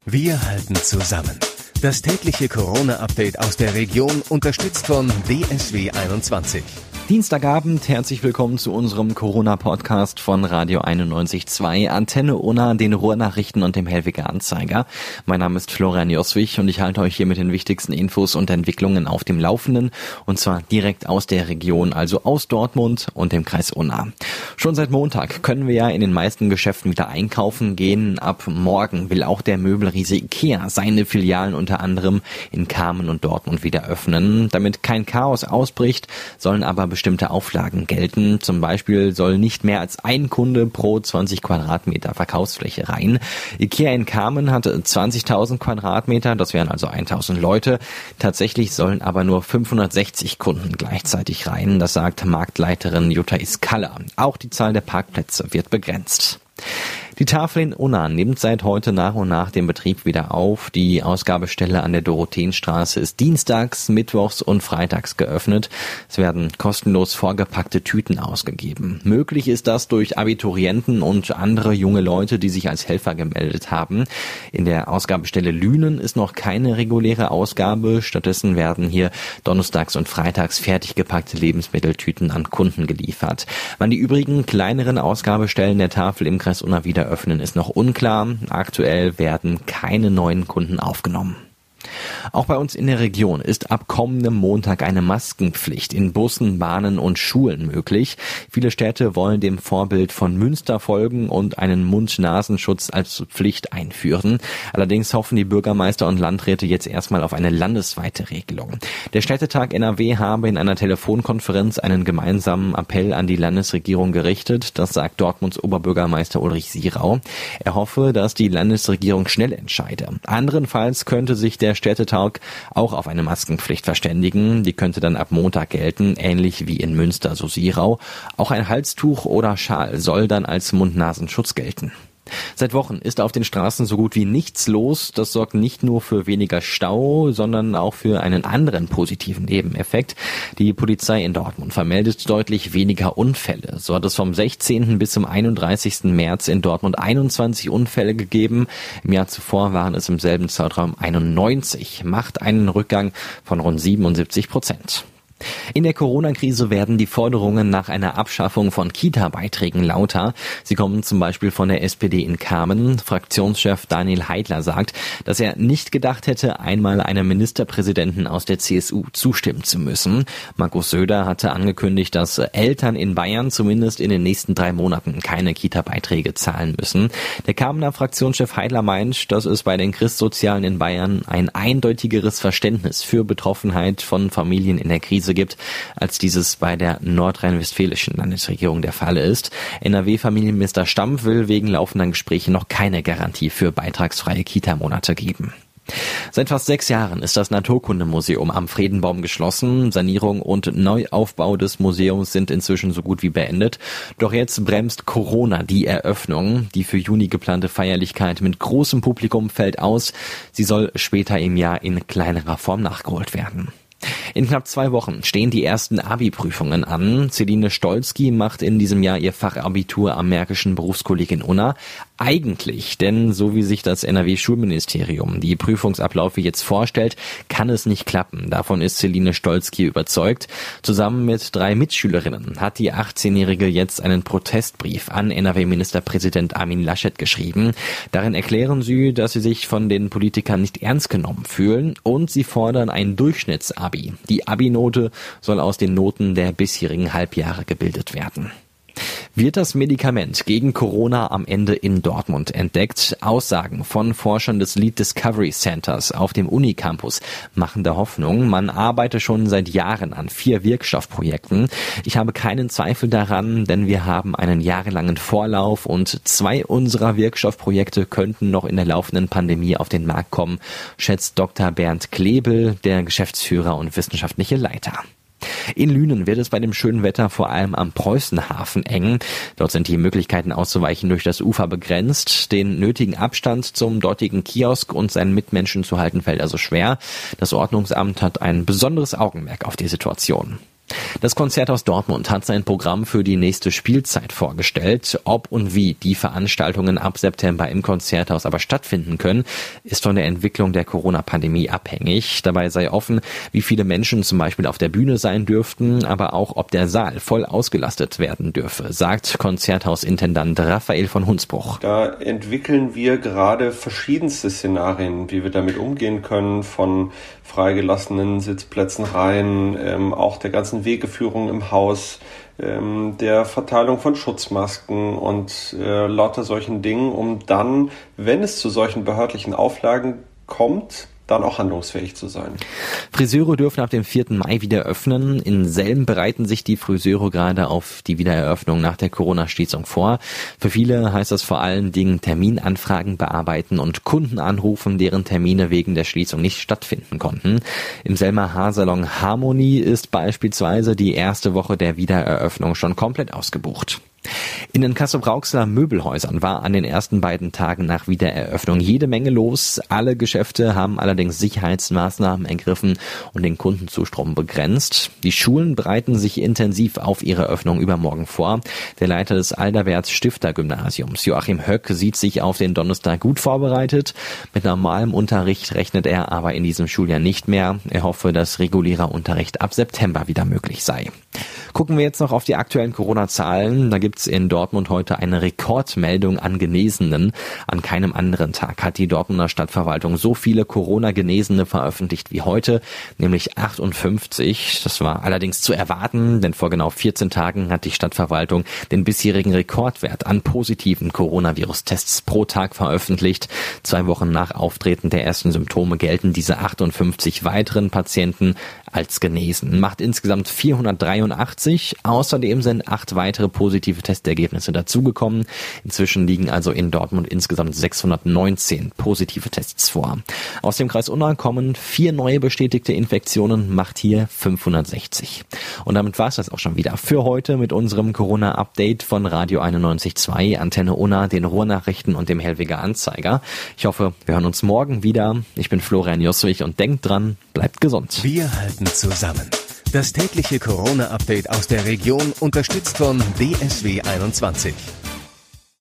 Wir halten zusammen. Das tägliche Corona-Update aus der Region, unterstützt von DSW 21. Dienstagabend, herzlich willkommen zu unserem Corona-Podcast von Radio 91.2, Antenne Unna, den Ruhrnachrichten und dem Hellwiger Anzeiger. Mein Name ist Florian Joswig und ich halte euch hier mit den wichtigsten Infos und Entwicklungen auf dem Laufenden, und zwar direkt aus der Region, also aus Dortmund und dem Kreis Unna. Schon seit Montag können wir ja in den meisten Geschäften wieder einkaufen gehen. Ab morgen will auch der Möbelriese IKEA seine Filialen unter anderem in Kamen und Dortmund wieder öffnen. Damit kein Chaos ausbricht, sollen aber bestimmte Auflagen gelten. Zum Beispiel soll nicht mehr als ein Kunde pro 20 Quadratmeter Verkaufsfläche rein. IKEA in Kamen hat 20.000 Quadratmeter, das wären also 1.000 Leute. Tatsächlich sollen aber nur 560 Kunden gleichzeitig rein, das sagt Marktleiterin Jutta Iskalla. Auch die Zahl der Parkplätze wird begrenzt. Die Tafel in Unna nimmt seit heute nach und nach den Betrieb wieder auf. Die Ausgabestelle an der Dorotheenstraße ist dienstags, mittwochs und freitags geöffnet. Es werden kostenlos vorgepackte Tüten ausgegeben. Möglich ist das durch Abiturienten und andere junge Leute, die sich als Helfer gemeldet haben. In der Ausgabestelle Lünen ist noch keine reguläre Ausgabe. Stattdessen werden hier donnerstags und freitags fertig gepackte Lebensmitteltüten an Kunden geliefert. Wann die übrigen kleineren Ausgabestellen der Tafel im Kreis Unna wieder öffnen, ist noch unklar. Aktuell werden keine neuen Kunden aufgenommen. Auch bei uns in der Region ist ab kommendem Montag eine Maskenpflicht in Bussen, Bahnen und Schulen möglich. Viele Städte wollen dem Vorbild von Münster folgen und einen Mund-Nasenschutz als Pflicht einführen. Allerdings hoffen die Bürgermeister und Landräte jetzt erstmal auf eine landesweite Regelung. Der Städtetag NRW habe in einer Telefonkonferenz einen gemeinsamen Appell an die Landesregierung gerichtet. Das sagt Dortmunds Oberbürgermeister Ulrich Sirau. Er hoffe, dass die Landesregierung schnell entscheide. Anderenfalls könnte sich der Städtetag auch auf eine Maskenpflicht verständigen. Die könnte dann ab Montag gelten, ähnlich wie in Münster, so Sirau. Auch ein Halstuch oder Schal soll dann als Mund-Nasenschutz gelten. Seit Wochen ist auf den Straßen so gut wie nichts los. Das sorgt nicht nur für weniger Stau, sondern auch für einen anderen positiven Nebeneffekt. Die Polizei in Dortmund vermeldet deutlich weniger Unfälle. So hat es vom 16. bis zum 31. März in Dortmund 21 Unfälle gegeben. Im Jahr zuvor waren es im selben Zeitraum 91. Macht einen Rückgang von rund 77%. In der Corona-Krise werden die Forderungen nach einer Abschaffung von Kita-Beiträgen lauter. Sie kommen zum Beispiel von der SPD in Kamen. Fraktionschef Daniel Heidler sagt, dass er nicht gedacht hätte, einmal einem Ministerpräsidenten aus der CSU zustimmen zu müssen. Markus Söder hatte angekündigt, dass Eltern in Bayern zumindest in den nächsten 3 Monaten keine Kita-Beiträge zahlen müssen. Der Kamener Fraktionschef Heidler meint, dass es bei den Christsozialen in Bayern ein eindeutigeres Verständnis für Betroffenheit von Familien in der Krise gibt, als dieses bei der nordrhein-westfälischen Landesregierung der Fall ist. NRW-Familienminister Stampf will wegen laufender Gespräche noch keine Garantie für beitragsfreie Kita-Monate geben. Seit fast 6 Jahren ist das Naturkundemuseum am Fredenbaum geschlossen. Sanierung und Neuaufbau des Museums sind inzwischen so gut wie beendet. Doch jetzt bremst Corona die Eröffnung. Die für Juni geplante Feierlichkeit mit großem Publikum fällt aus. Sie soll später im Jahr in kleinerer Form nachgeholt werden. In knapp 2 Wochen stehen die ersten Abi-Prüfungen an. Celine Stolzki macht in diesem Jahr ihr Fachabitur am Märkischen Berufskolleg in Unna. Eigentlich, denn so wie sich das NRW-Schulministerium die Prüfungsabläufe jetzt vorstellt, kann es nicht klappen. Davon ist Celine Stolzki überzeugt. Zusammen mit 3 Mitschülerinnen hat die 18-Jährige jetzt einen Protestbrief an NRW-Ministerpräsident Armin Laschet geschrieben. Darin erklären sie, dass sie sich von den Politikern nicht ernst genommen fühlen und sie fordern ein Durchschnittsabi. Die Abi-Note soll aus den Noten der bisherigen Halbjahre gebildet werden. Wird das Medikament gegen Corona am Ende in Dortmund entdeckt? Aussagen von Forschern des Lead Discovery Centers auf dem Unicampus machen da Hoffnung. Man arbeite schon seit Jahren an 4 Wirkstoffprojekten. Ich habe keinen Zweifel daran, denn wir haben einen jahrelangen Vorlauf und 2 unserer Wirkstoffprojekte könnten noch in der laufenden Pandemie auf den Markt kommen, schätzt Dr. Bernd Klebel, der Geschäftsführer und wissenschaftliche Leiter. In Lünen wird es bei dem schönen Wetter vor allem am Preußenhafen eng. Dort sind die Möglichkeiten auszuweichen durch das Ufer begrenzt. Den nötigen Abstand zum dortigen Kiosk und seinen Mitmenschen zu halten fällt also schwer. Das Ordnungsamt hat ein besonderes Augenmerk auf die Situation. Das Konzerthaus Dortmund hat sein Programm für die nächste Spielzeit vorgestellt. Ob und wie die Veranstaltungen ab September im Konzerthaus aber stattfinden können, ist von der Entwicklung der Corona-Pandemie abhängig. Dabei sei offen, wie viele Menschen zum Beispiel auf der Bühne sein dürften, aber auch, ob der Saal voll ausgelastet werden dürfe, sagt Konzerthausintendant Raphael von Hunsbruch. Da entwickeln wir gerade verschiedenste Szenarien, wie wir damit umgehen können, von freigelassenen Sitzplätzen rein, auch der ganzen Wegeführung im Haus, der Verteilung von Schutzmasken und lauter solchen Dingen, um dann, wenn es zu solchen behördlichen Auflagen kommt, dann auch handlungsfähig zu sein. Friseure dürfen ab dem 4. Mai wieder öffnen. In Selm bereiten sich die Friseure gerade auf die Wiedereröffnung nach der Corona-Schließung vor. Für viele heißt das vor allen Dingen Terminanfragen bearbeiten und Kunden anrufen, deren Termine wegen der Schließung nicht stattfinden konnten. Im Selmer Haarsalon Harmonie ist beispielsweise die erste Woche der Wiedereröffnung schon komplett ausgebucht. In den Castrop-Rauxler Möbelhäusern war an den ersten beiden Tagen nach Wiedereröffnung jede Menge los. Alle Geschäfte haben allerdings Sicherheitsmaßnahmen ergriffen und den Kundenzustrom begrenzt. Die Schulen bereiten sich intensiv auf ihre Öffnung übermorgen vor. Der Leiter des Alderwerth-Stifter-Gymnasiums, Joachim Höck, sieht sich auf den Donnerstag gut vorbereitet. Mit normalem Unterricht rechnet er aber in diesem Schuljahr nicht mehr. Er hoffe, dass regulärer Unterricht ab September wieder möglich sei. Gucken wir jetzt noch auf die aktuellen Corona-Zahlen. Da gibt's in Dortmund heute eine Rekordmeldung an Genesenen. An keinem anderen Tag hat die Dortmunder Stadtverwaltung so viele Corona-Genesene veröffentlicht wie heute, nämlich 58. Das war allerdings zu erwarten, denn vor genau 14 Tagen hat die Stadtverwaltung den bisherigen Rekordwert an positiven Coronavirus-Tests pro Tag veröffentlicht. 2 Wochen nach Auftreten der ersten Symptome gelten diese 58 weiteren Patienten als genesen. Macht insgesamt 483. Außerdem sind 8 weitere positive Testergebnisse dazugekommen. Inzwischen liegen also in Dortmund insgesamt 619 positive Tests vor. Aus dem Kreis Unna kommen 4 neue bestätigte Infektionen, macht hier 560. Und damit war es das auch schon wieder für heute mit unserem Corona-Update von Radio 91.2, Antenne Unna, den Ruhrnachrichten und dem Hellwiger Anzeiger. Ich hoffe, wir hören uns morgen wieder. Ich bin Florian Joswig und denkt dran, bleibt gesund. Wir halten zusammen. Das tägliche Corona-Update aus der Region, unterstützt von DSW 21.